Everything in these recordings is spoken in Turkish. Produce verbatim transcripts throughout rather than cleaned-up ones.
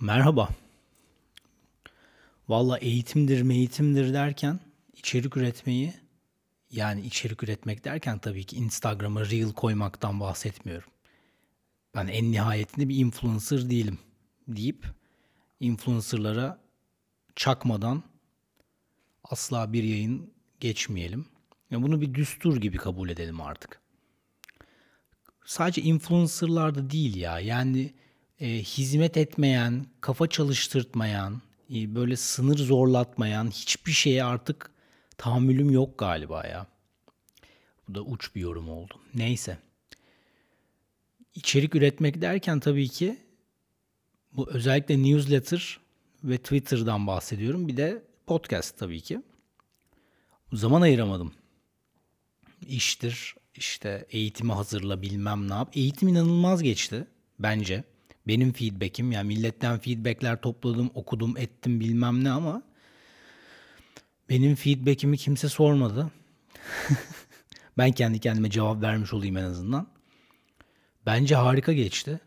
Merhaba. Valla eğitimdir meğitimdir derken içerik üretmeyi yani içerik üretmek derken tabii ki Instagram'a reel koymaktan bahsetmiyorum. Ben en nihayetinde bir influencer değilim deyip influencerlara çakmadan asla bir yayın geçmeyelim. Ya bunu bir düstur gibi kabul edelim artık. Sadece influencerlarda değil ya. Yani e, hizmet etmeyen, kafa çalıştırtmayan, e, böyle sınır zorlatmayan hiçbir şeye artık tahammülüm yok galiba ya. Bu da uç bir yorum oldu. Neyse. İçerik üretmek derken tabii ki bu özellikle newsletter ve Twitter'dan bahsediyorum. Bir de podcast tabii ki. Zaman ayıramadım. İştir, işte eğitimi hazırla bilmem ne yap. Eğitim inanılmaz geçti bence. Benim feedback'im yani milletten feedback'ler topladım, okudum, ettim bilmem ne ama benim feedback'imi kimse sormadı. Ben kendi kendime cevap vermiş olayım en azından. Bence harika geçti.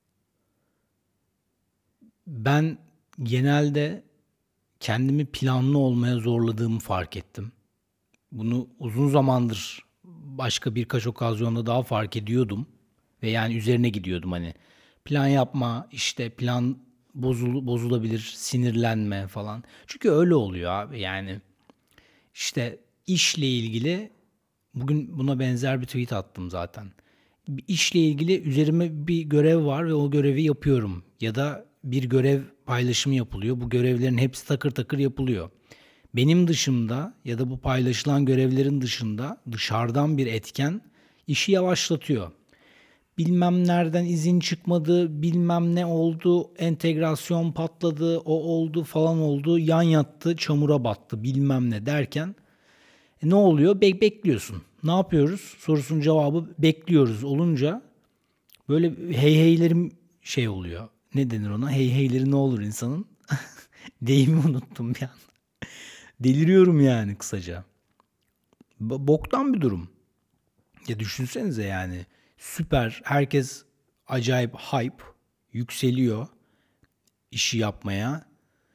Ben genelde kendimi planlı olmaya zorladığımı fark ettim. Bunu uzun zamandır başka birkaç okazyonda daha fark ediyordum. Ve yani üzerine gidiyordum hani. Plan yapma, işte plan bozul bozulabilir, sinirlenme falan. Çünkü öyle oluyor abi yani. İşte işle ilgili bugün buna benzer bir tweet attım zaten. Bir işle ilgili üzerime bir görev var ve o görevi yapıyorum. Ya da bir görev paylaşımı yapılıyor. Bu görevlerin hepsi takır takır yapılıyor. Benim dışımda ya da bu paylaşılan görevlerin dışında dışarıdan bir etken işi yavaşlatıyor. Bilmem nereden izin çıkmadı, bilmem ne oldu, entegrasyon patladı, o oldu falan oldu, yan yattı, çamura battı bilmem ne derken e ne oluyor? Be- bekliyorsun. Ne yapıyoruz? Sorusunun cevabı bekliyoruz olunca böyle hey heylerim şey oluyor. Ne denir ona? Hey heyleri ne olur insanın? Deyimi unuttum bir an. Deliriyorum yani kısaca. B- boktan bir durum. Ya düşünsenize yani süper herkes acayip hype yükseliyor işi yapmaya.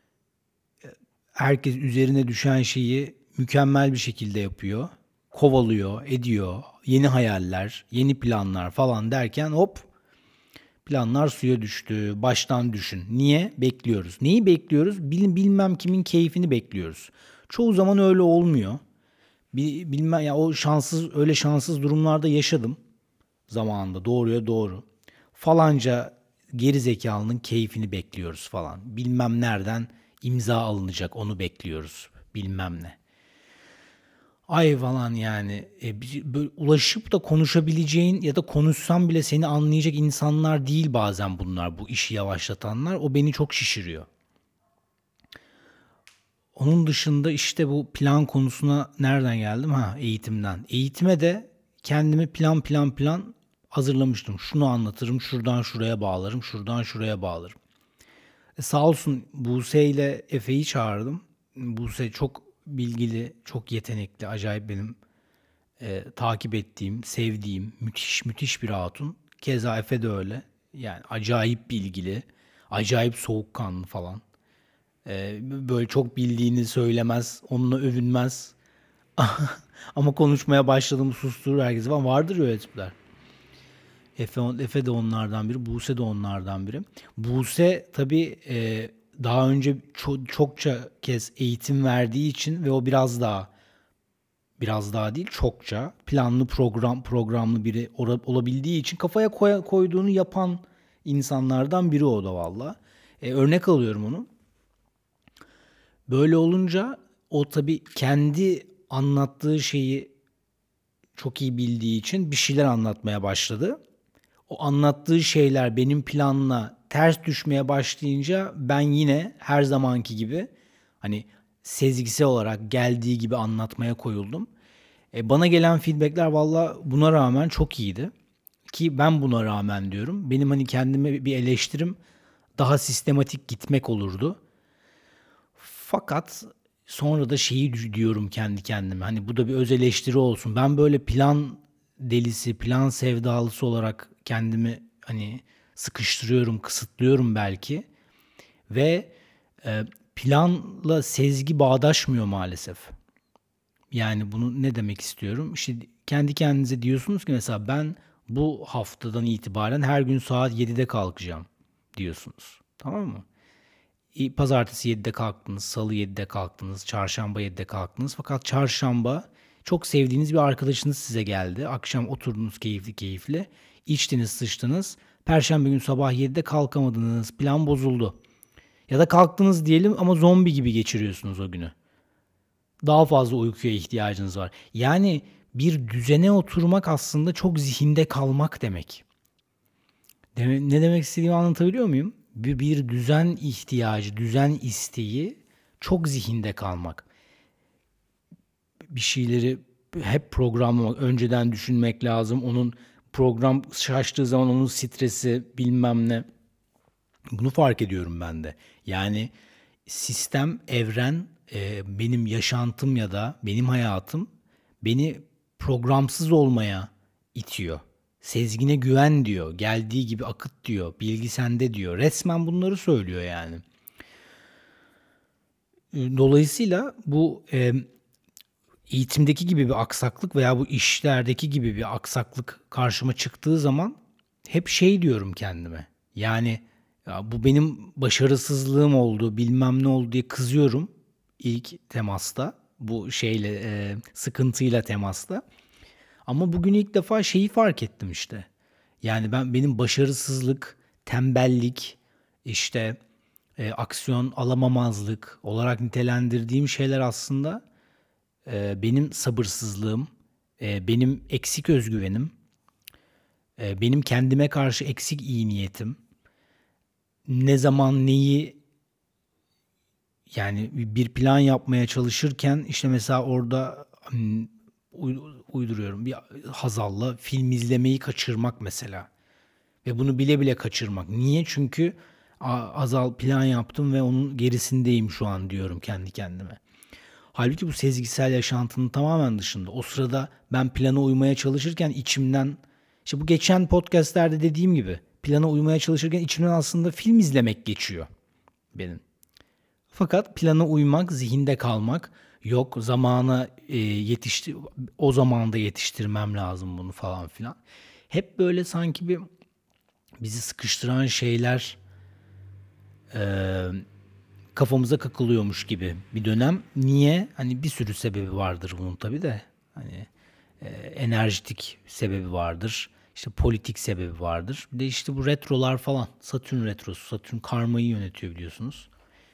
Herkes üzerine düşen şeyi mükemmel bir şekilde yapıyor. Kovalıyor, ediyor. Yeni hayaller, yeni planlar falan derken hop planlar suya düştü. Baştan düşün. Niye? Bekliyoruz. Neyi bekliyoruz? Bil, bilmem kimin keyfini bekliyoruz. Çoğu zaman öyle olmuyor. Bilmem ya o şanssız öyle şanssız durumlarda yaşadım zamanında doğruya doğru. Falanca geri zekalının keyfini bekliyoruz falan. Bilmem nereden imza alınacak onu bekliyoruz. Bilmem ne. Ay falan yani e, böyle ulaşıp da konuşabileceğin ya da konuşsam bile seni anlayacak insanlar değil bazen bunlar bu işi yavaşlatanlar. O beni çok şişiriyor. Onun dışında işte bu plan konusuna nereden geldim? Ha eğitimden. Eğitime de kendimi plan plan plan hazırlamıştım. Şunu anlatırım, şuradan şuraya bağlarım, şuradan şuraya bağlarım. E sağ olsun Buse ile Efe'yi çağırdım. Buse çok bilgili, çok yetenekli, acayip benim e, takip ettiğim, sevdiğim, müthiş müthiş bir hatun. Keza Efe de öyle. Yani acayip bilgili, acayip soğukkanlı falan. E, böyle çok bildiğini söylemez, onunla övünmez. Ama konuşmaya başladığımı susturur herkes falan. Vardır ya öyle tipler. Efe, Efe de onlardan biri, Buse de onlardan biri. Buse tabii e, daha önce ço- çokça kez eğitim verdiği için ve o biraz daha biraz daha değil çokça planlı program programlı biri ora- olabildiği için kafaya koy- koyduğunu yapan insanlardan biri o da valla. E, örnek alıyorum onu. Böyle olunca o tabii kendi anlattığı şeyi çok iyi bildiği için bir şeyler anlatmaya başladı. O anlattığı şeyler benim planla ters düşmeye başlayınca ben yine her zamanki gibi hani sezgisel olarak geldiği gibi anlatmaya koyuldum. E, bana gelen feedbackler valla buna rağmen çok iyiydi. Ki ben buna rağmen diyorum. Benim hani kendime bir eleştirim daha sistematik gitmek olurdu. Fakat sonra da şeyi diyorum kendi kendime. Hani bu da bir öz eleştiri olsun. Ben böyle plan delisi, plan sevdalısı olarak kendimi hani sıkıştırıyorum, kısıtlıyorum belki. Ve e, planla sezgi bağdaşmıyor maalesef. Yani bunu ne demek istiyorum? İşte kendi kendinize diyorsunuz ki mesela ben bu haftadan itibaren her gün saat yedide kalkacağım diyorsunuz. Tamam mı? İ- Pazartesi yedide kalktınız, salı yedide kalktınız, çarşamba yedide kalktınız. Fakat çarşamba çok sevdiğiniz bir arkadaşınız size geldi. Akşam oturdunuz keyifli keyifli. İçtiniz, sıçtınız. Perşembe günü sabah yedide kalkamadınız. Plan bozuldu. Ya da kalktınız diyelim ama zombi gibi geçiriyorsunuz o günü. Daha fazla uykuya ihtiyacınız var. Yani bir düzene oturmak aslında çok zihinde kalmak demek. Deme- ne demek istediğimi anlatabiliyor muyum? Bir, bir düzen ihtiyacı, düzen isteği çok zihinde kalmak. Bir şeyleri hep programlamak, önceden düşünmek lazım. Onun program şaştığı zaman onun stresi bilmem ne. Bunu fark ediyorum ben de. Yani sistem, evren, e, benim yaşantım ya da benim hayatım beni programsız olmaya itiyor. Sezgine güven diyor. Geldiği gibi akıt diyor. Bilgi sende diyor. Resmen bunları söylüyor yani. Dolayısıyla bu e, eğitimdeki gibi bir aksaklık veya bu işlerdeki gibi bir aksaklık karşıma çıktığı zaman hep şey diyorum kendime. Yani ya bu benim başarısızlığım oldu, bilmem ne oldu diye kızıyorum ilk temasta. Bu şeyle e, sıkıntıyla temasta. Ama bugün ilk defa şeyi fark ettim işte. Yani ben benim başarısızlık, tembellik, işte e, aksiyon alamamazlık olarak nitelendirdiğim şeyler aslında e, benim sabırsızlığım, e, benim eksik özgüvenim, e, benim kendime karşı eksik iyi niyetim, ne zaman neyi yani bir plan yapmaya çalışırken işte mesela orada hmm, uyduruyorum bir Hazal'la film izlemeyi kaçırmak mesela. Ve bunu bile bile kaçırmak. Niye? Çünkü Hazal plan yaptım ve onun gerisindeyim şu an diyorum kendi kendime. Halbuki bu sezgisel yaşantının tamamen dışında. O sırada ben plana uymaya çalışırken içimden işte bu geçen podcastlerde dediğim gibi plana uymaya çalışırken içimden aslında film izlemek geçiyor benim. Fakat plana uymak, zihinde kalmak, yok zamana e, yetişti o zamanda yetiştirmem lazım bunu falan filan. Hep böyle sanki bir bizi sıkıştıran şeyler e, kafamıza kakılıyormuş gibi bir dönem. Niye? Hani bir sürü sebebi vardır bunun tabii de. Hani e, enerjitik sebebi vardır. İşte politik sebebi vardır. Bir de işte bu retrolar falan. Satürn retrosu. Satürn karmayı yönetiyor biliyorsunuz.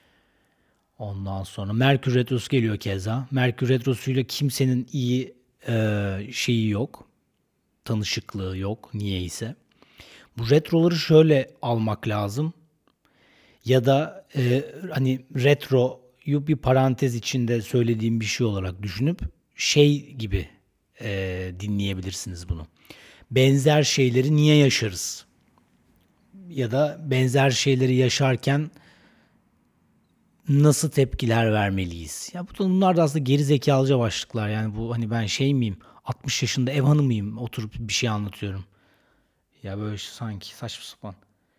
Ondan sonra Merkür retrosu geliyor keza. Merkür retrosuyla kimsenin iyi e, şeyi yok. Tanışıklığı yok niyeyse. Bu retroları şöyle almak lazım. Ya da e, hani retroyu bir parantez içinde söylediğim bir şey olarak düşünüp şey gibi e, dinleyebilirsiniz bunu. Benzer şeyleri niye yaşarız? Ya da benzer şeyleri yaşarken nasıl tepkiler vermeliyiz? Ya bu bunlar da aslında geri zekalıca başlıklar. Yani bu hani ben şey miyim? altmış yaşında ev hanımıyım oturup bir şey anlatıyorum. Ya böyle sanki saçma sapan.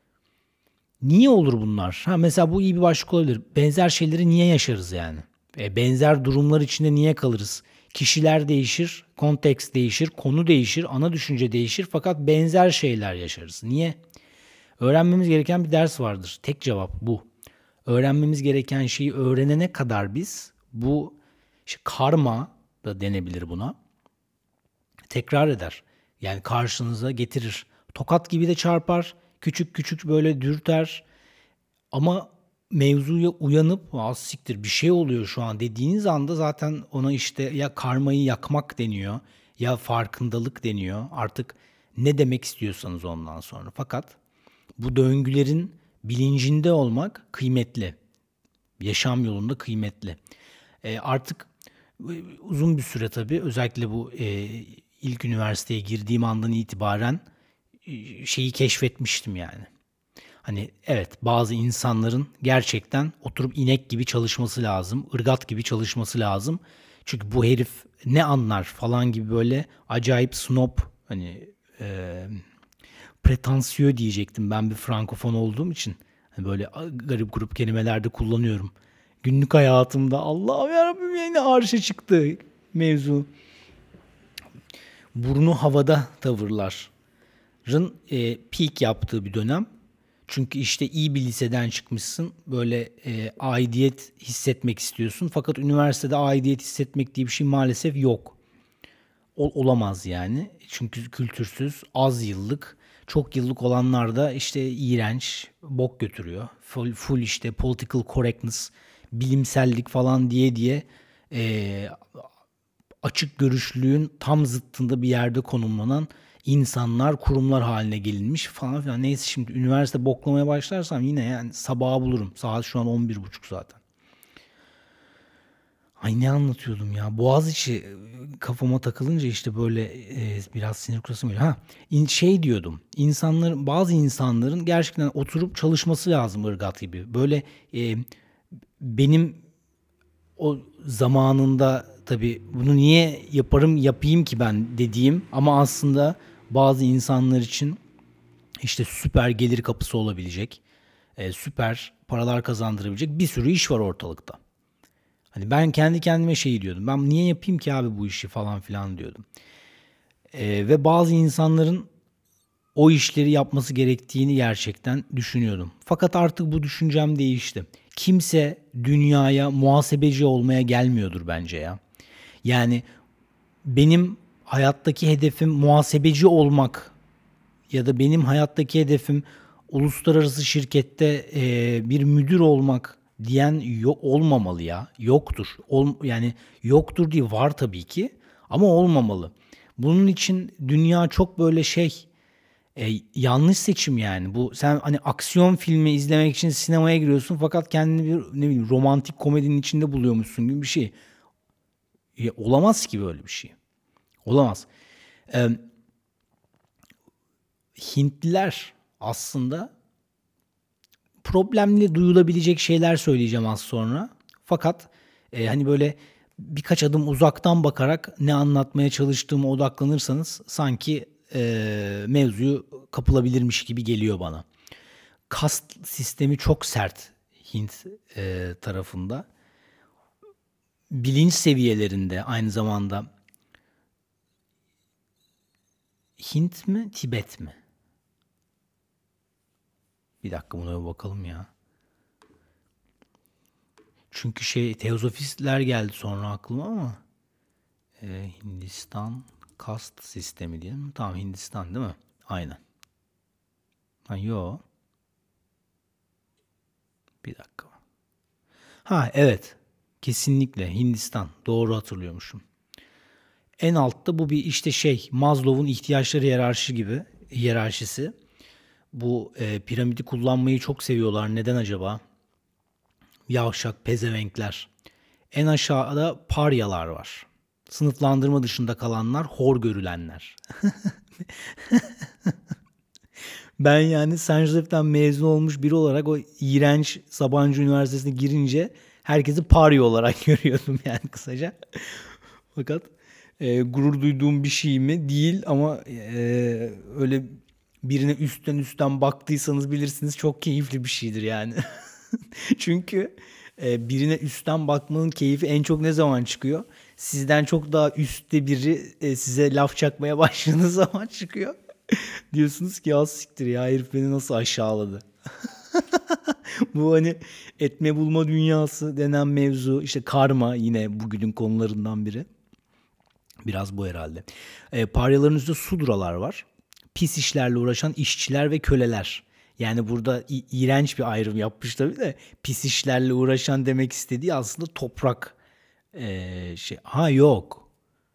Niye olur bunlar? Ha mesela bu iyi bir başlık olabilir. Benzer şeyleri niye yaşarız yani? E, benzer durumlar içinde niye kalırız? Kişiler değişir, konteks değişir, konu değişir, ana düşünce değişir fakat benzer şeyler yaşarız. Niye? Öğrenmemiz gereken bir ders vardır. Tek cevap bu. Öğrenmemiz gereken şeyi öğrenene kadar biz bu işte karma da denebilir buna. Tekrar eder. Yani karşınıza getirir. Tokat gibi de çarpar. Küçük küçük böyle dürter. Ama mevzuya uyanıp az siktir bir şey oluyor şu an dediğiniz anda zaten ona işte ya karmayı yakmak deniyor ya farkındalık deniyor. Artık ne demek istiyorsanız ondan sonra. Fakat bu döngülerin bilincinde olmak kıymetli. Yaşam yolunda kıymetli. E, artık e, uzun bir süre tabii özellikle bu e, ilk üniversiteye girdiğim andan itibaren e, şeyi keşfetmiştim yani. Hani evet bazı insanların gerçekten oturup inek gibi çalışması lazım. Irgat gibi çalışması lazım. Çünkü bu herif ne anlar falan gibi böyle acayip snob hani e, pretansiyö diyecektim ben bir Frankofon olduğum için. Hani böyle garip grup kelimelerde kullanıyorum. Günlük hayatımda Allah'ım yarabbim yine arşa çıktı mevzu. Burnu havada tavırların e, peak yaptığı bir dönem. Çünkü işte iyi bir liseden çıkmışsın. Böyle e, aidiyet hissetmek istiyorsun. Fakat üniversitede aidiyet hissetmek diye bir şey maalesef yok. Ol- olamaz yani. Çünkü kültürsüz, az yıllık, çok yıllık olanlar da işte iğrenç, bok götürüyor. Full, full işte political correctness, bilimsellik falan diye diye e, açık görüşlülüğün tam zıttında bir yerde konumlanan insanlar, kurumlar haline gelinmiş falan filan. Neyse şimdi üniversite boklamaya başlarsam yine yani sabaha bulurum. Saat şu an on bir buçuk zaten. Ay ne anlatıyordum ya? Boğaziçi e, kafama takılınca işte böyle e, biraz sinir kurasım geliyor. Ha, in, şey diyordum. İnsanların, bazı insanların gerçekten oturup çalışması lazım ırgat gibi. Böyle e, benim o zamanında tabii bunu niye yaparım yapayım ki ben dediğim ama aslında bazı insanlar için işte süper gelir kapısı olabilecek, e, süper paralar kazandırabilecek bir sürü iş var ortalıkta. Hani ben kendi kendime şey diyordum. Ben niye yapayım ki abi bu işi falan filan diyordum. E, ve bazı insanların o işleri yapması gerektiğini gerçekten düşünüyordum. Fakat artık bu düşüncem değişti. Kimse dünyaya muhasebeci olmaya gelmiyordur bence ya. Yani benim hayattaki hedefim muhasebeci olmak ya da benim hayattaki hedefim uluslararası şirkette e, bir müdür olmak diyen yok olmamalı ya. Yoktur. Ol, yani yoktur diye var tabii ki ama olmamalı. Bunun için dünya çok böyle şey e, yanlış seçim yani. Bu sen hani aksiyon filmi izlemek için sinemaya giriyorsun fakat kendini bir ne bileyim romantik komedinin içinde buluyormuşsun gibi bir şey. E, olamaz ki böyle bir şey. Olamaz. E, Hintliler aslında problemli duyulabilecek şeyler söyleyeceğim az sonra. Fakat e, hani böyle birkaç adım uzaktan bakarak ne anlatmaya çalıştığıma odaklanırsanız sanki e, mevzuyu kapılabilirmiş gibi geliyor bana. Kast sistemi çok sert Hint e, tarafında. Bilinç seviyelerinde aynı zamanda Hint mi, Tibet mi? Bir dakika buna bir bakalım ya. Çünkü şey teozofistler geldi sonra aklıma ama e, Hindistan kast sistemi diyelim. Tamam Hindistan değil mi? Aynen. Ha yo. Bir dakika. Ha evet. Kesinlikle Hindistan. Doğru hatırlıyormuşum. En altta bu bir işte şey Maslow'un ihtiyaçları hiyerarşi gibi hiyerarşisi. Bu e, piramidi kullanmayı çok seviyorlar. Neden acaba? Yavşak pezevenkler. En aşağıda paryalar var. Sınıflandırma dışında kalanlar, hor görülenler. Ben yani Saint Joseph'ten mezun olmuş biri olarak o iğrenç Sabancı Üniversitesi'ne girince herkesi parya olarak görüyordum yani kısaca. Fakat e, gurur duyduğum bir şey mi? Değil ama e, öyle birine üstten üstten baktıysanız bilirsiniz çok keyifli bir şeydir yani. Çünkü e, birine üstten bakmanın keyfi en çok ne zaman çıkıyor? Sizden çok daha üstte biri e, size laf çakmaya başladığı zaman çıkıyor. Diyorsunuz ki ya siktir ya herif beni nasıl aşağıladı. Bu hani etme bulma dünyası denen mevzu işte karma yine bugünün konularından biri. Biraz bu herhalde. E, paryaların üstünde sudralar var. Pis işlerle uğraşan işçiler ve köleler. Yani burada i- iğrenç bir ayrım yapmış tabii de pis işlerle uğraşan demek istediği aslında toprak e, şey. Ha yok.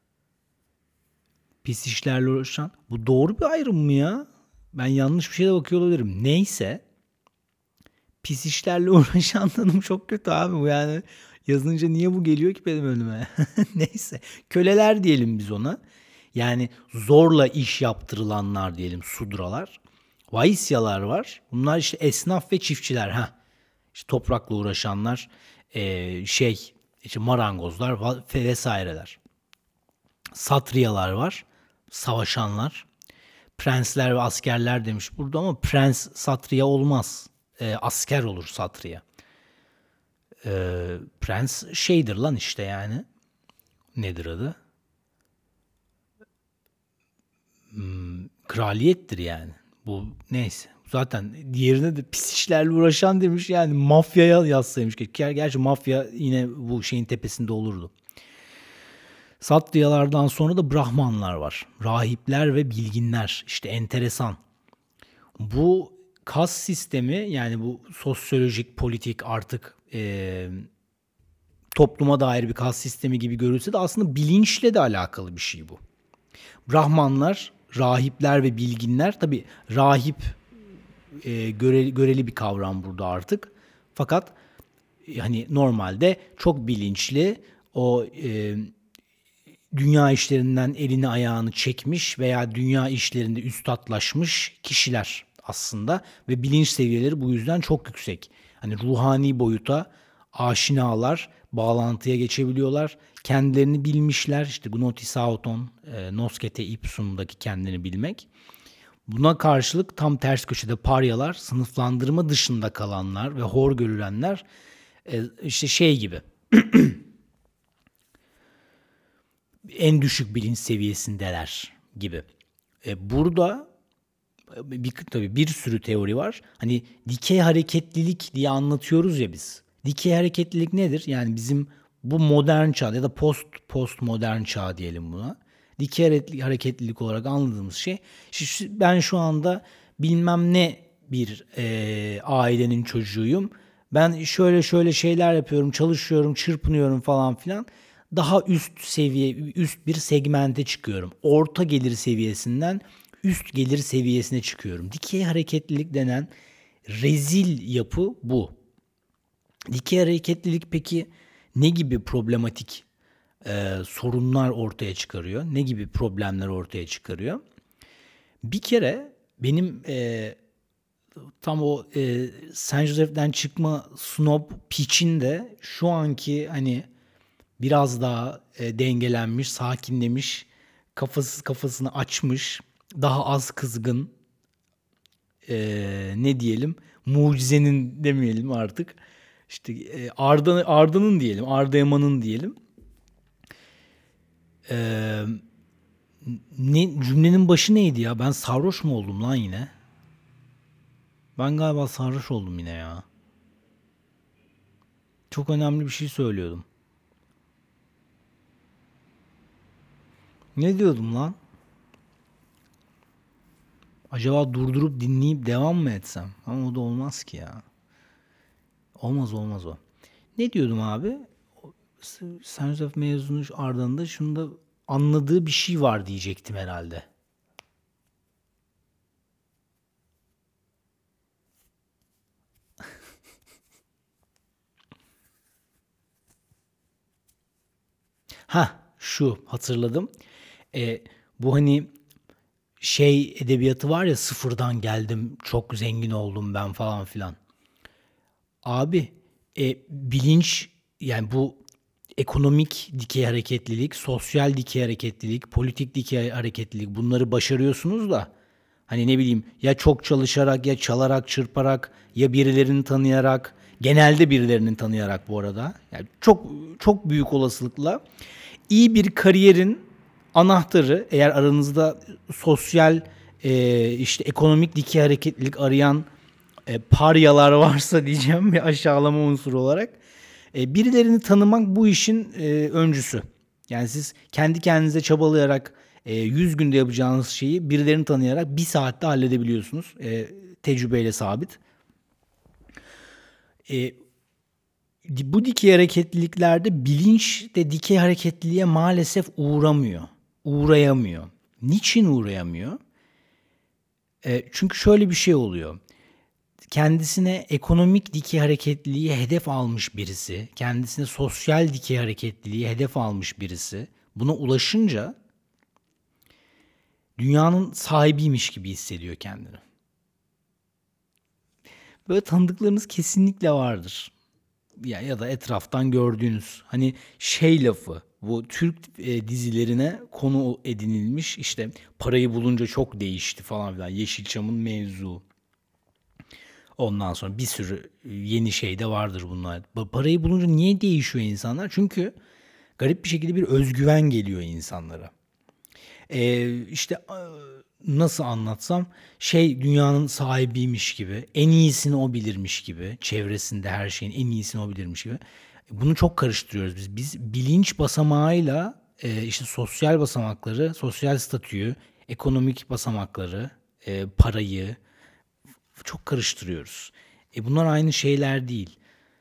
Pis işlerle uğraşan. Bu doğru bir ayrım mı ya? Ben yanlış bir şeye bakıyor olabilirim. Neyse. Pis işlerle uğraşan tanım çok kötü abi bu yani. Yazınca niye bu geliyor ki benim önüme? Neyse. Köleler diyelim biz ona. Yani zorla iş yaptırılanlar diyelim sudralar. Vaisyalar var. Bunlar işte esnaf ve çiftçiler. Ha. İşte toprakla uğraşanlar, eee, şey, işte marangozlar va- ve vesaireler. Satriyalar var. Savaşanlar. Prensler ve askerler demiş burada ama prens satriya olmaz. e, asker olur Satriya. E, Prens şeydir lan işte yani. Nedir adı? Kraliyettir yani. Bu neyse. Zaten diğerine de pis işlerle uğraşan demiş yani mafyaya yazsaymış. Ger- Gerçi mafya yine bu şeyin tepesinde olurdu. Satriyalardan sonra da Brahmanlar var. Rahipler ve bilginler. İşte enteresan. Bu kas sistemi yani bu sosyolojik, politik artık e, topluma dair bir kas sistemi gibi görülse de aslında bilinçle de alakalı bir şey bu. Brahmanlar, rahipler ve bilginler tabi rahip e, göre, göreli bir kavram burada artık. Fakat e, hani normalde çok bilinçli o e, dünya işlerinden elini ayağını çekmiş veya dünya işlerinde üstatlaşmış kişiler aslında ve bilinç seviyeleri bu yüzden çok yüksek. Hani ruhani boyuta aşinalar, bağlantıya geçebiliyorlar. Kendilerini bilmişler. İşte gnotis auton, e, noskete ipsum'daki kendini bilmek. Buna karşılık tam ters köşede paryalar, sınıflandırma dışında kalanlar ve hor görülenler e, işte şey gibi en düşük bilinç seviyesindeler gibi. E, burada bir, tabii bir sürü teori var. Hani dikey hareketlilik diye anlatıyoruz ya biz. Dikey hareketlilik nedir? Yani bizim bu modern çağ ya da post post modern çağ diyelim buna. Dikey hareketlilik olarak anladığımız şey. Şimdi ben şu anda bilmem ne bir e, ailenin çocuğuyum. Ben şöyle şöyle şeyler yapıyorum, çalışıyorum, çırpınıyorum falan filan. Daha üst seviye, üst bir segmente çıkıyorum. Orta gelir seviyesinden üst gelir seviyesine çıkıyorum. Dikey hareketlilik denen rezil yapı bu. Dikey hareketlilik peki ne gibi problematik e, sorunlar ortaya çıkarıyor? Ne gibi problemler ortaya çıkarıyor? Bir kere benim e, tam o e, Saint Joseph'ten çıkma snob piçin de şu anki hani biraz daha e, dengelenmiş, sakinlemiş, kafası kafasını açmış, daha az kızgın, e, ne diyelim, mucizenin demeyelim artık. İşte e, Arda Arda'nın diyelim, Arda Yaman'ın diyelim. E, ne cümlenin başı neydi ya? Ben sarhoş mu oldum lan yine? Ben galiba sarhoş oldum yine ya. Çok önemli bir şey söylüyordum. Ne diyordum lan? Acaba durdurup dinleyip devam mı etsem? Ama o da olmaz ki ya. Olmaz olmaz o. Ne diyordum abi? Saint Joseph mezunu ardından da şunu da anladığı bir şey var diyecektim herhalde. Ha, şu hatırladım. E, bu hani şey edebiyatı var ya, sıfırdan geldim çok zengin oldum ben falan filan. Abi e, bilinç yani bu ekonomik dikey hareketlilik, sosyal dikey hareketlilik, politik dikey hareketlilik bunları başarıyorsunuz da hani ne bileyim ya çok çalışarak ya çalarak çırparak ya birilerini tanıyarak, genelde birilerini tanıyarak bu arada yani çok çok büyük olasılıkla iyi bir kariyerin anahtarı, eğer aranızda sosyal e, işte ekonomik dikey hareketlilik arayan e, paryalar varsa diyeceğim bir aşağılama unsuru olarak. E, birilerini tanımak bu işin e, öncüsü. Yani siz kendi kendinize çabalayarak e, yüz günde yapacağınız şeyi birilerini tanıyarak bir saatte halledebiliyorsunuz. E, tecrübeyle sabit. E, bu dikey hareketliliklerde bilinç de dikey hareketliliğe maalesef uğramıyor. Uğrayamıyor. Niçin uğrayamıyor? E, çünkü şöyle bir şey oluyor. Kendisine ekonomik dikey hareketliliği hedef almış birisi, kendisine sosyal dikey hareketliliği hedef almış birisi buna ulaşınca dünyanın sahibiymiş gibi hissediyor kendini. Böyle tanıdıklarınız kesinlikle vardır. Ya, ya da etraftan gördüğünüz hani şey lafı, bu Türk e, dizilerine konu edinilmiş, işte parayı bulunca çok değişti falan filan, Yeşilçam'ın mevzu. Ondan sonra bir sürü yeni şey de vardır bunlar. Pa- Parayı bulunca niye değişiyor insanlar? Çünkü garip bir şekilde bir özgüven geliyor insanlara. Ee, işte e, nasıl anlatsam şey dünyanın sahibiymiş gibi, en iyisini o bilirmiş gibi, çevresinde her şeyin en iyisini o bilirmiş gibi. Bunu çok karıştırıyoruz biz. Biz bilinç basamağıyla e, işte sosyal basamakları, sosyal statüyü, ekonomik basamakları, e, parayı çok karıştırıyoruz. E bunlar aynı şeyler değil.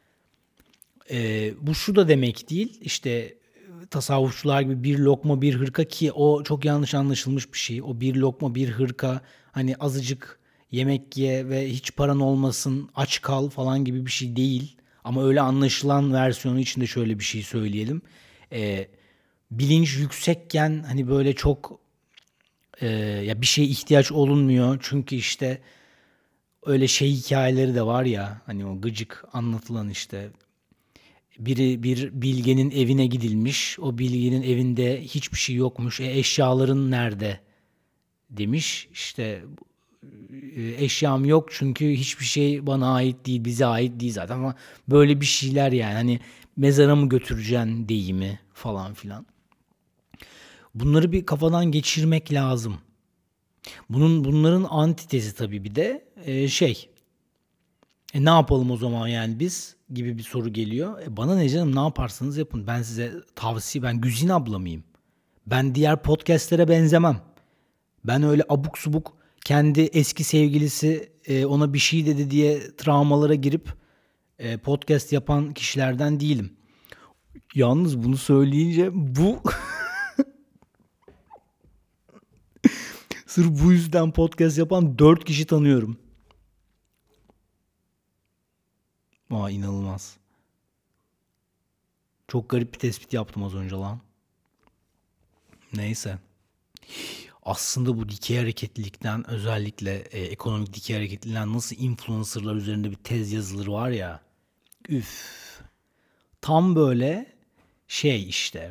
E, bu şu da demek değil. İşte tasavvufçular gibi bir lokma bir hırka, ki o çok yanlış anlaşılmış bir şey. O bir lokma bir hırka hani azıcık yemek ye ve hiç paran olmasın, aç kal falan gibi bir şey değil. Ama öyle anlaşılan versiyonu için de şöyle bir şey söyleyelim. E, bilinç yüksekken hani böyle çok e, ya bir şeye ihtiyaç olunmuyor. Çünkü işte öyle şey hikayeleri de var ya, hani o gıcık anlatılan işte biri bir bilgenin evine gidilmiş. O bilgenin evinde hiçbir şey yokmuş. E, eşyaların nerede demiş. İşte e, eşyam yok çünkü hiçbir şey bana ait değil, bize ait değil zaten, ama böyle bir şeyler yani, hani mezara mı götüreceksin deyimi falan filan. Bunları bir kafadan geçirmek lazım. Bunun bunların antitezi tabii bir de e, şey. E ne yapalım o zaman yani biz gibi bir soru geliyor. E bana ne canım, ne yaparsanız yapın. Ben size tavsiye, ben Güzin abla mıyım? Ben diğer podcastlere benzemem. Ben öyle abuk subuk kendi eski sevgilisi e, ona bir şey dedi diye travmalara girip e, podcast yapan kişilerden değilim. Yalnız bunu söyleyince bu sırf bu yüzden podcast yapan dört kişi tanıyorum. Aa, inanılmaz. Çok garip bir tespit yaptım az önce lan. Neyse. Aslında bu dikey hareketlilikten, özellikle e, ekonomik dikey hareketliliğinden nasıl influencerlar üzerinde bir tez yazılır var ya. Üf. Tam böyle şey işte.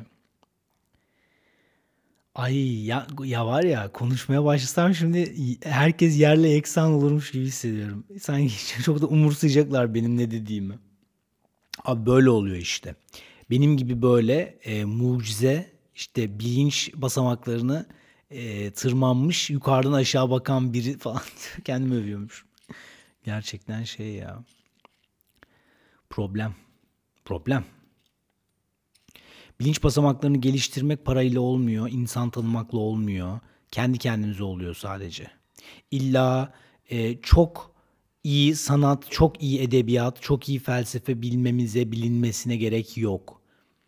Ay ya, ya var ya, konuşmaya başlasam şimdi herkes yerle eksan olurmuş gibi hissediyorum. Sanki çok da umursayacaklar benim ne dediğimi. Abi böyle oluyor işte. Benim gibi böyle e, mucize işte bilinç basamaklarını e, tırmanmış, yukarıdan aşağı bakan biri falan kendimi övüyormuş. Gerçekten şey ya, problem. Problem. Bilinç basamaklarını geliştirmek parayla olmuyor, insan tanımakla olmuyor. Kendi kendinize oluyor sadece. İlla e, çok iyi sanat, çok iyi edebiyat, çok iyi felsefe bilmemize, bilinmesine gerek yok.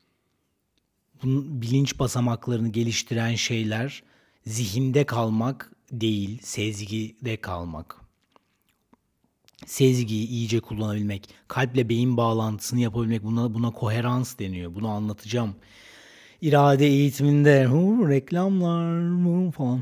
Bunun bilinç basamaklarını geliştiren şeyler zihinde kalmak değil, sezgide kalmak. Sezgiyi iyice kullanabilmek, kalple beyin bağlantısını yapabilmek, buna buna koherans deniyor. Bunu anlatacağım. İrade eğitiminde hu, reklamlar hu, falan.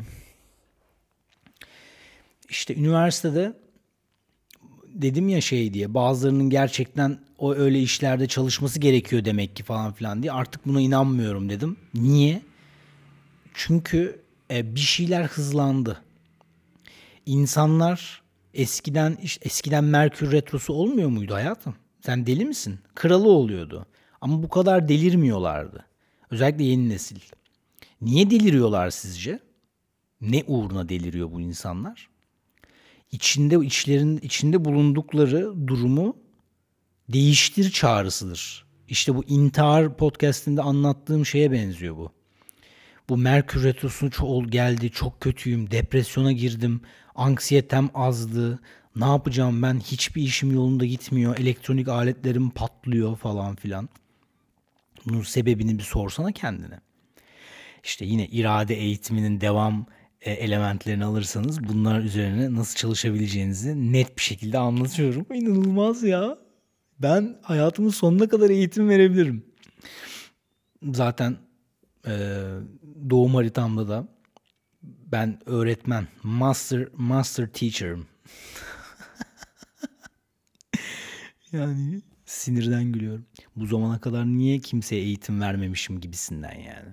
İşte üniversitede dedim ya şey diye, bazılarının gerçekten o öyle işlerde çalışması gerekiyor demek ki falan filan diye, artık buna inanmıyorum dedim. Niye? Çünkü e, bir şeyler hızlandı. İnsanlar eskiden işte eskiden Merkür Retrosu olmuyor muydu hayatım? Sen deli misin? Kralı oluyordu. Ama bu kadar delirmiyorlardı. Özellikle yeni nesil. Niye deliriyorlar sizce? Ne uğruna deliriyor bu insanlar? İçinde içlerin içinde bulundukları durumu değiştir çağrısıdır. İşte bu intihar podcast'inde anlattığım şeye benziyor bu. Bu Merkür Retrosu çok geldi, çok kötüyüm, depresyona girdim, anksiyetem azdı, ne yapacağım ben, hiçbir işim yolunda gitmiyor, elektronik aletlerim patlıyor falan filan. Bunun sebebini bir sorsana kendine. İşte yine irade eğitiminin devam e, elementlerini alırsanız bunlar üzerine nasıl çalışabileceğinizi net bir şekilde anlatıyorum. İnanılmaz ya. Ben hayatımın sonuna kadar eğitim verebilirim. Zaten e, doğum haritamda da ben öğretmen, master master teacher'ım. Yani sinirden gülüyorum. Bu zamana kadar niye kimseye eğitim vermemişim gibisinden yani.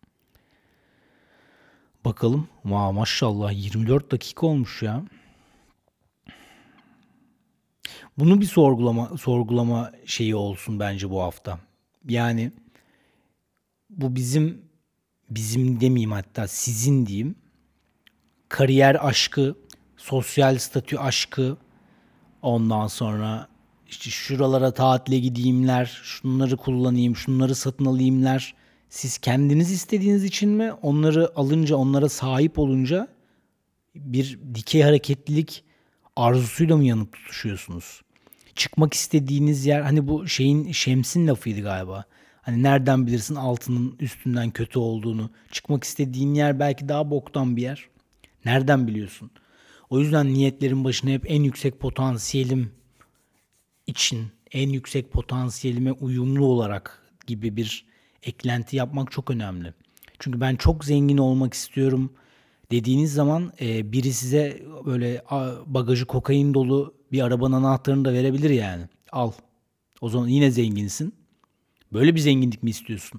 Bakalım. Vaa, maşallah yirmi dört dakika olmuş ya. Bunu bir sorgulama sorgulama şeyi olsun bence bu hafta. Yani bu bizim bizim demeyeyim, hatta sizin diyeyim. Kariyer aşkı, sosyal statü aşkı, ondan sonra işte şuralara tatile gideyimler, şunları kullanayım, şunları satın alayımlar. Siz kendiniz istediğiniz için mi? Onları alınca, onlara sahip olunca bir dikey hareketlilik arzusuyla mı yanıp tutuşuyorsunuz? Çıkmak istediğiniz yer, hani bu şeyin, Şems'in lafıydı galiba. Hani nereden bilirsin altının üstünden kötü olduğunu? Çıkmak istediğin yer belki daha boktan bir yer. Nereden biliyorsun? O yüzden niyetlerin başına hep en yüksek potansiyelim için, en yüksek potansiyelime uyumlu olarak gibi bir eklenti yapmak çok önemli. Çünkü ben çok zengin olmak istiyorum dediğiniz zaman e, biri size böyle bagajı kokain dolu bir arabanın anahtarını da verebilir yani. Al. O zaman yine zenginsin. Böyle bir zenginlik mi istiyorsun?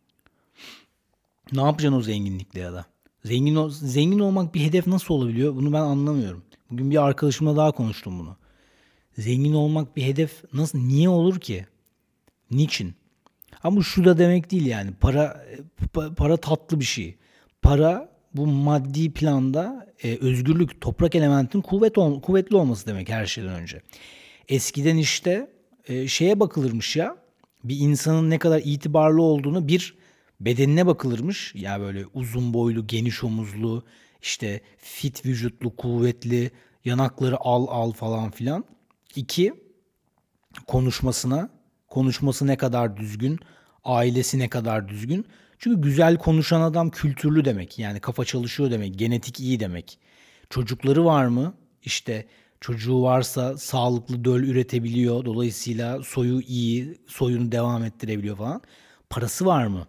Ne yapacaksın o zenginlikle ya da? Zengin ol- zengin olmak bir hedef nasıl olabiliyor? Bunu ben anlamıyorum. Bugün bir arkadaşımla daha konuştum bunu. Zengin olmak bir hedef nasıl, niye olur ki? Niçin? Ama şu da demek değil yani. Para pa- para tatlı bir şey. Para bu maddi planda e, özgürlük, toprak elementin kuvvet ol- kuvvetli olması demek her şeyden önce. Eskiden işte e, şeye bakılırmış ya. Bir insanın ne kadar itibarlı olduğunu bir bedenine bakılırmış. Ya böyle uzun boylu, geniş omuzlu, işte fit vücutlu, kuvvetli, yanakları al al falan filan. İki, konuşmasına, konuşması ne kadar düzgün, ailesi ne kadar düzgün. Çünkü güzel konuşan adam kültürlü demek. Yani kafa çalışıyor demek, genetik iyi demek. Çocukları var mı? İşte çocuğu varsa sağlıklı döl üretebiliyor. Dolayısıyla soyu iyi, soyunu devam ettirebiliyor falan. Parası var mı?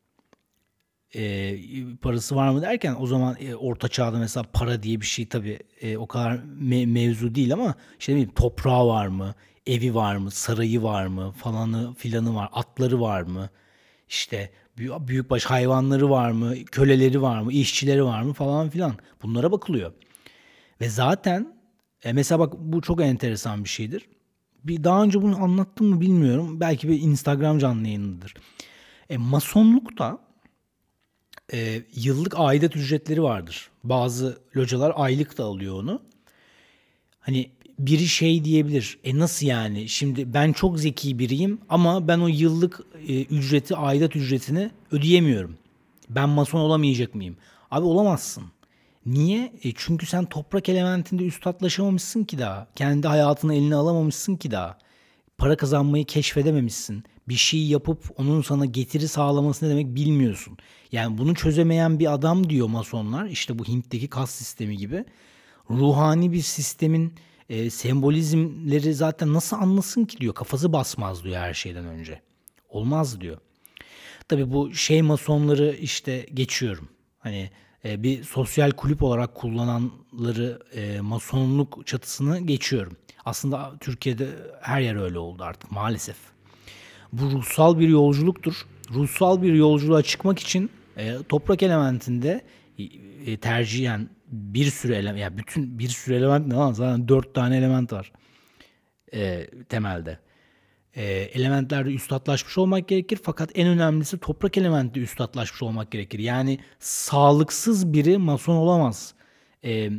E, parası var mı derken o zaman e, orta çağda mesela para diye bir şey tabii e, o kadar me- mevzu değil ama işte ne bileyim, toprağı var mı, evi var mı, sarayı var mı, falanı filanı var, atları var mı, işte büyük, büyükbaş hayvanları var mı, köleleri var mı, işçileri var mı falan filan, bunlara bakılıyor. Ve zaten e, mesela bak, bu çok enteresan bir şeydir. Bir daha önce bunu anlattım mı bilmiyorum. Belki bir Instagram canlı yayınıdır. E, masonlukta e, yıllık aidat ücretleri vardır. Bazı localar aylık da alıyor onu. Hani biri şey diyebilir. E nasıl yani? Şimdi ben çok zeki biriyim ama ben o yıllık e, ücreti, aidat ücretini ödeyemiyorum. Ben mason olamayacak mıyım? Abi olamazsın. Niye? E çünkü sen toprak elementinde üstatlaşamamışsın ki daha. Kendi hayatını eline alamamışsın ki daha. Para kazanmayı keşfedememişsin. Bir şey yapıp onun sana getiri sağlaması ne demek bilmiyorsun. Yani bunu çözemeyen bir adam diyor masonlar. İşte bu Hint'teki kas sistemi gibi. Ruhani bir sistemin e, sembolizmleri zaten nasıl anlasın ki diyor. Kafası basmaz diyor her şeyden önce. Olmaz diyor. Tabii bu şey masonları işte geçiyorum. Hani e, bir sosyal kulüp olarak kullananları, e, masonluk çatısını geçiyorum. Aslında Türkiye'de her yer öyle oldu artık maalesef. Bu ruhsal bir yolculuktur. Ruhsal bir yolculuğa çıkmak için e, toprak elementinde e, tercihen bir sürü element, ya bütün bir sürü element ne lan, zaten dört tane element var e, temelde. E, elementlerde üstatlaşmış olmak gerekir, fakat en önemlisi toprak elementte üstatlaşmış olmak gerekir. Yani sağlıksız biri mason olamaz. E,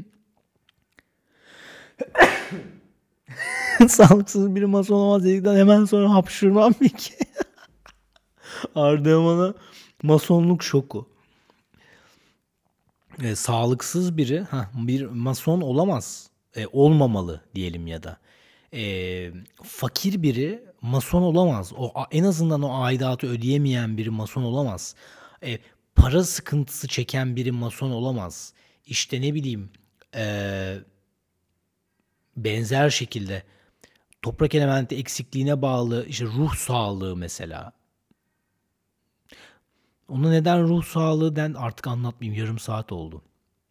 sağlıksız biri mason olamaz dedikten hemen sonra hapşırmam ki. Ardaman'a masonluk şoku. E, sağlıksız biri ha bir mason olamaz. E, olmamalı diyelim ya da. E, fakir biri mason olamaz. O en azından o aidatı ödeyemeyen biri mason olamaz. E, para sıkıntısı çeken biri mason olamaz. İşte ne bileyim, e, benzer şekilde toprak elementi eksikliğine bağlı işte ruh sağlığı mesela. Onu neden ruh sağlığı den artık anlatmayayım, yarım saat oldu.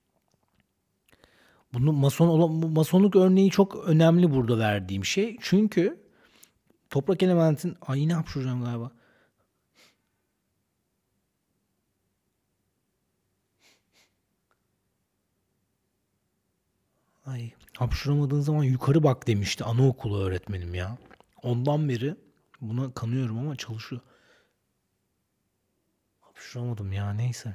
Bunu mason olan, bu masonluk örneği çok önemli burada verdiğim şey. Çünkü toprak elementin, ay yine hapşuracağım galiba. Ay, hapşuramadığın zaman yukarı bak demişti anaokulu öğretmenim ya. Ondan beri buna kanıyorum ama çalışıyor. Hapşuramadım ya, neyse.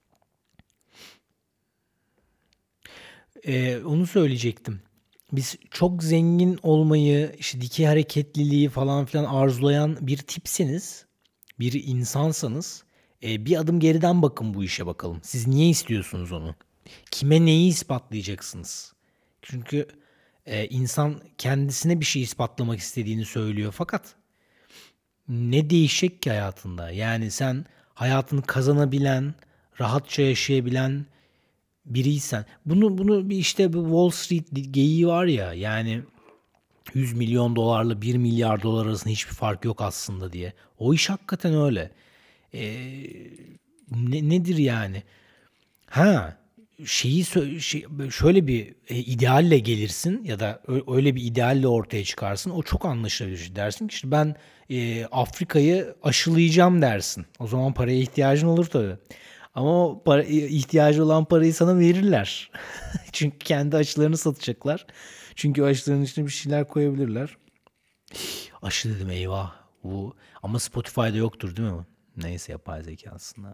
Ee, onu söyleyecektim. Biz çok zengin olmayı, işte dikey hareketliliği falan filan arzulayan bir tipseniz, bir insansanız, e, bir adım geriden bakın bu işe bakalım. Siz niye istiyorsunuz onu? Kime neyi ispatlayacaksınız? Çünkü e, insan kendisine bir şey ispatlamak istediğini söylüyor. Fakat ne değişecek ki hayatında? Yani sen hayatını kazanabilen, rahatça yaşayabilen biriysen. Bunu bunu bir işte bu Wall Street geyiği var ya, yani yüz milyon dolarla bir milyar dolar arasında hiçbir fark yok aslında diye. O iş hakikaten öyle. Ee, ne, nedir yani? Ha, şeyi sö- şey, şöyle bir e, idealle gelirsin ya da ö- öyle bir idealle ortaya çıkarsın. O çok anlaşılabilir. Dersin ki işte ben e, Afrika'yı aşılayacağım dersin. O zaman paraya ihtiyacın olur tabii. Ama o para, ihtiyacı olan parayı sana verirler. Çünkü kendi aşılarını satacaklar. Çünkü o aşıların içine bir şeyler koyabilirler. Aşı dedim, eyvah. Bu ama Spotify'da yoktur değil mi? Neyse, yapay zeka aslında.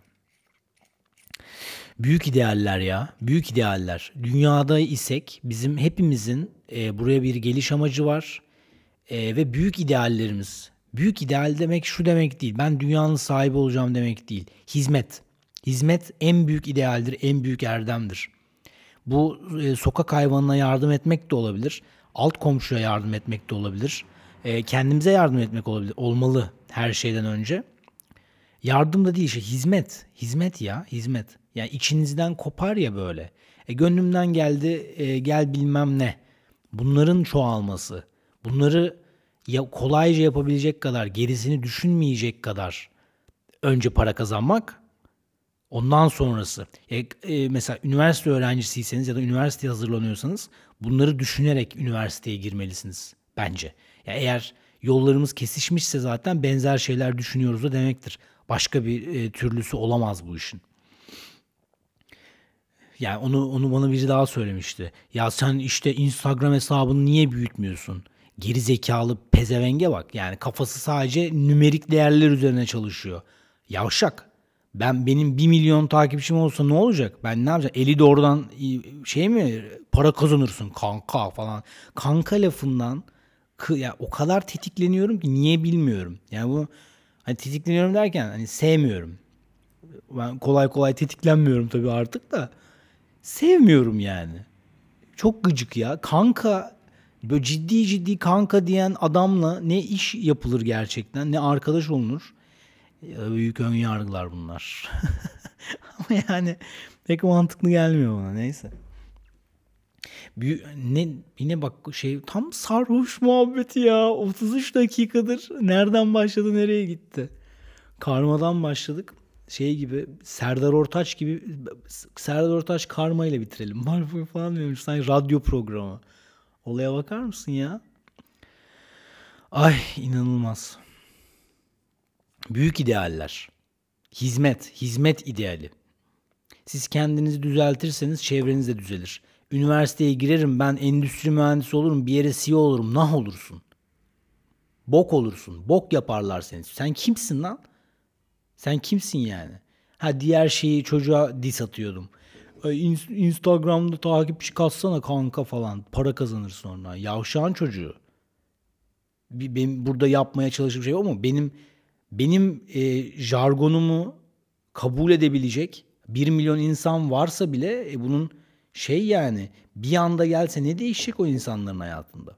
Büyük idealler ya. Büyük idealler. Dünyada isek bizim hepimizin e, buraya bir geliş amacı var. E, ve büyük ideallerimiz. Büyük ideal demek şu demek değil. Ben dünyanın sahibi olacağım demek değil. Hizmet. Hizmet en büyük idealdir, en büyük erdemdir. Bu e, sokak hayvanına yardım etmek de olabilir. Alt komşuya yardım etmek de olabilir. E, kendimize yardım etmek olabilir. Olmalı her şeyden önce. Yardım da değil, işte hizmet. Hizmet ya, hizmet. Yani içinizden kopar ya böyle. E, gönlümden geldi, e, gel bilmem ne. Bunların çoğalması. Bunları ya kolayca yapabilecek kadar, gerisini düşünmeyecek kadar önce para kazanmak. Ondan sonrası. E, e, mesela üniversite öğrencisiyseniz ya da üniversiteye hazırlanıyorsanız bunları düşünerek üniversiteye girmelisiniz bence. Ya eğer yollarımız kesişmişse zaten benzer şeyler düşünüyoruz da demektir. Başka bir e, türlüsü olamaz bu işin. Yani onu onu bana biri daha söylemişti. Ya sen işte Instagram hesabını niye büyütmüyorsun? Geri zekalı pezevenge bak. Yani kafası sadece nümerik değerler üzerine çalışıyor. Yavşak. Ben benim bir milyon takipçim olsa ne olacak? Ben ne yapacağım? Eli doğrudan şey mi, para kazanırsın kanka falan. Kanka lafından ya o kadar tetikleniyorum ki niye bilmiyorum. Yani bu hani tetikleniyorum derken hani sevmiyorum. Ben kolay kolay tetiklenmiyorum tabii artık da. Sevmiyorum yani. Çok gıcık ya. Kanka, böyle ciddi ciddi kanka diyen adamla ne iş yapılır gerçekten, ne arkadaş olunur. Ya, büyük ön yargılar bunlar. Ama yani pek mantıklı gelmiyor bana, neyse. Büyük, ne yine bak şey tam sarhoş muhabbeti ya. otuz üç dakikadır nereden başladı nereye gitti. Karmadan başladık. Şey gibi, Serdar Ortaç gibi, Serdar Ortaç karma ile bitirelim. Marfuy falan diyormuş sanki radyo programı. Olaya bakar mısın ya? Ay, inanılmaz. Büyük idealler. Hizmet, hizmet ideali. Siz kendinizi düzeltirseniz çevreniz de düzelir. Üniversiteye girerim, ben endüstri mühendisi olurum, bir yere C E O olurum. Nah olursun. Bok olursun. Bok yaparlar seni. Sen kimsin lan? Sen kimsin yani? Ha, diğer şeyi çocuğa diss atıyordum. Instagram'da takipçi katsana kanka falan. Para kazanırsın ondan. Yavşağın çocuğu. Benim burada yapmaya çalıştığım şey o mu? Benim benim e, jargonumu kabul edebilecek bir milyon insan varsa bile e, bunun şey yani bir anda gelse ne değişecek o insanların hayatında?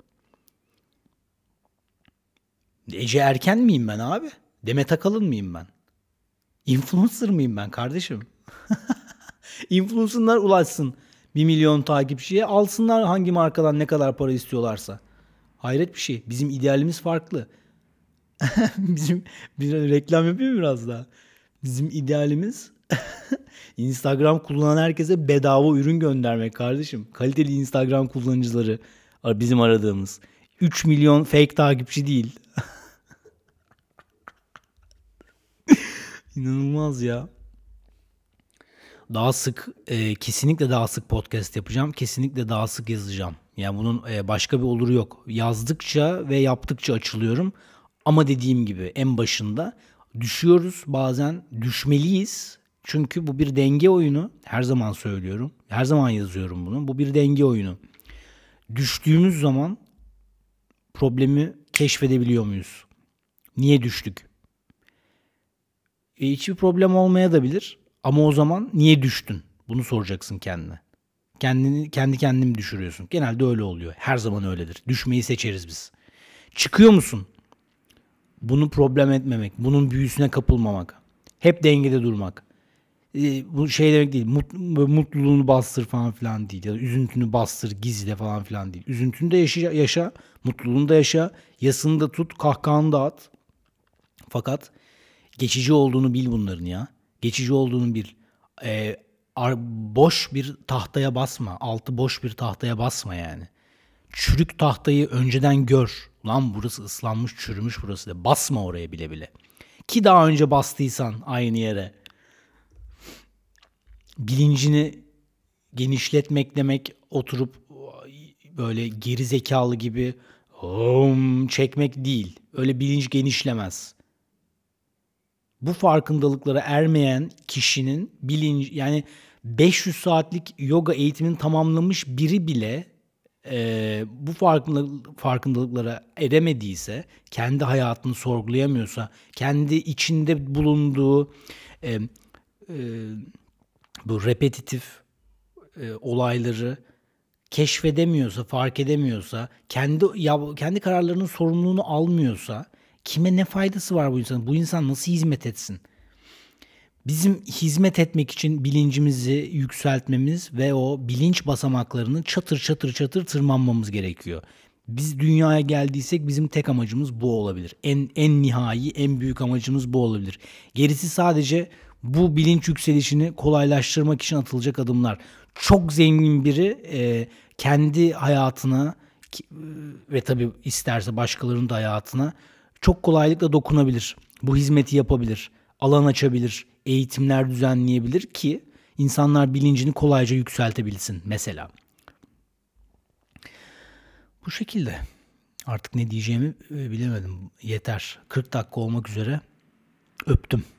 Ece Erken miyim ben abi? Demet Akalın mıyım ben? Influencer mıyım ben kardeşim? Influencer'lar ulaşsın bir milyon takipçiye, alsınlar hangi markadan ne kadar para istiyorlarsa. Hayret bir şey. Bizim idealimiz farklı. Bizim bir reklam yapayım biraz daha. Bizim idealimiz Instagram kullanan herkese bedava ürün göndermek kardeşim. Kaliteli Instagram kullanıcıları bizim aradığımız. üç milyon fake takipçi değil. İnanılmaz ya. Daha sık, e, kesinlikle daha sık podcast yapacağım. Kesinlikle daha sık yazacağım. Yani bunun e, başka bir oluru yok. Yazdıkça ve yaptıkça açılıyorum. Ama dediğim gibi en başında düşüyoruz bazen. Düşmeliyiz. Çünkü bu bir denge oyunu. Her zaman söylüyorum. Her zaman yazıyorum bunu. Bu bir denge oyunu. Düştüğümüz zaman problemi keşfedebiliyor muyuz? Niye düştük? E, hiçbir problem olmaya da bilir. Ama o zaman niye düştün? Bunu soracaksın kendine. Kendini kendi kendini düşürüyorsun. Genelde öyle oluyor. Her zaman öyledir. Düşmeyi seçeriz biz. Çıkıyor musun? Bunu problem etmemek, bunun büyüsüne kapılmamak. Hep dengede durmak. Ee, bu şey demek değil. Mut, mutluluğunu bastır falan filan değil. Ya da üzüntünü bastır, gizle falan filan değil. Üzüntünü de yaşa, yaşa, mutluluğunu da yaşa, yasını da tut, kahkahanı da at. Fakat geçici olduğunu bil bunların ya. Geçici olduğunu bil. Ee, ar- boş bir tahtaya basma. Altı boş bir tahtaya basma yani. Çürük tahtayı önceden gör. Lan burası ıslanmış, çürümüş burası de. Basma oraya bile bile. Ki daha önce bastıysan aynı yere. Bilincini genişletmek demek oturup böyle geri zekalı gibi hom çekmek değil. Öyle bilinç genişlemez. Bu farkındalıklara ermeyen kişinin bilinç, yani beş yüz saatlik yoga eğitimini tamamlamış biri bile e, bu farkındalık, farkındalıklara eremediyse, kendi hayatını sorgulayamıyorsa, kendi içinde bulunduğu e, e, bu repetitif e, olayları keşfedemiyorsa, fark edemiyorsa, kendi ya, kendi kararlarının sorumluluğunu almıyorsa, kime ne faydası var bu insanın? Bu insan nasıl hizmet etsin? Bizim hizmet etmek için bilincimizi yükseltmemiz ve o bilinç basamaklarını çatır çatır çatır tırmanmamız gerekiyor. Biz dünyaya geldiysek bizim tek amacımız bu olabilir. En en nihai, en büyük amacımız bu olabilir. Gerisi sadece bu bilinç yükselişini kolaylaştırmak için atılacak adımlar. Çok zengin biri e, kendi hayatına ki- ve tabii isterse başkalarının da hayatına çok kolaylıkla dokunabilir. Bu hizmeti yapabilir, alan açabilir, eğitimler düzenleyebilir ki insanlar bilincini kolayca yükseltebilsin mesela. Bu şekilde. Artık ne diyeceğimi e, bilemedim. Yeter. kırk dakika olmak üzere. Öptüm.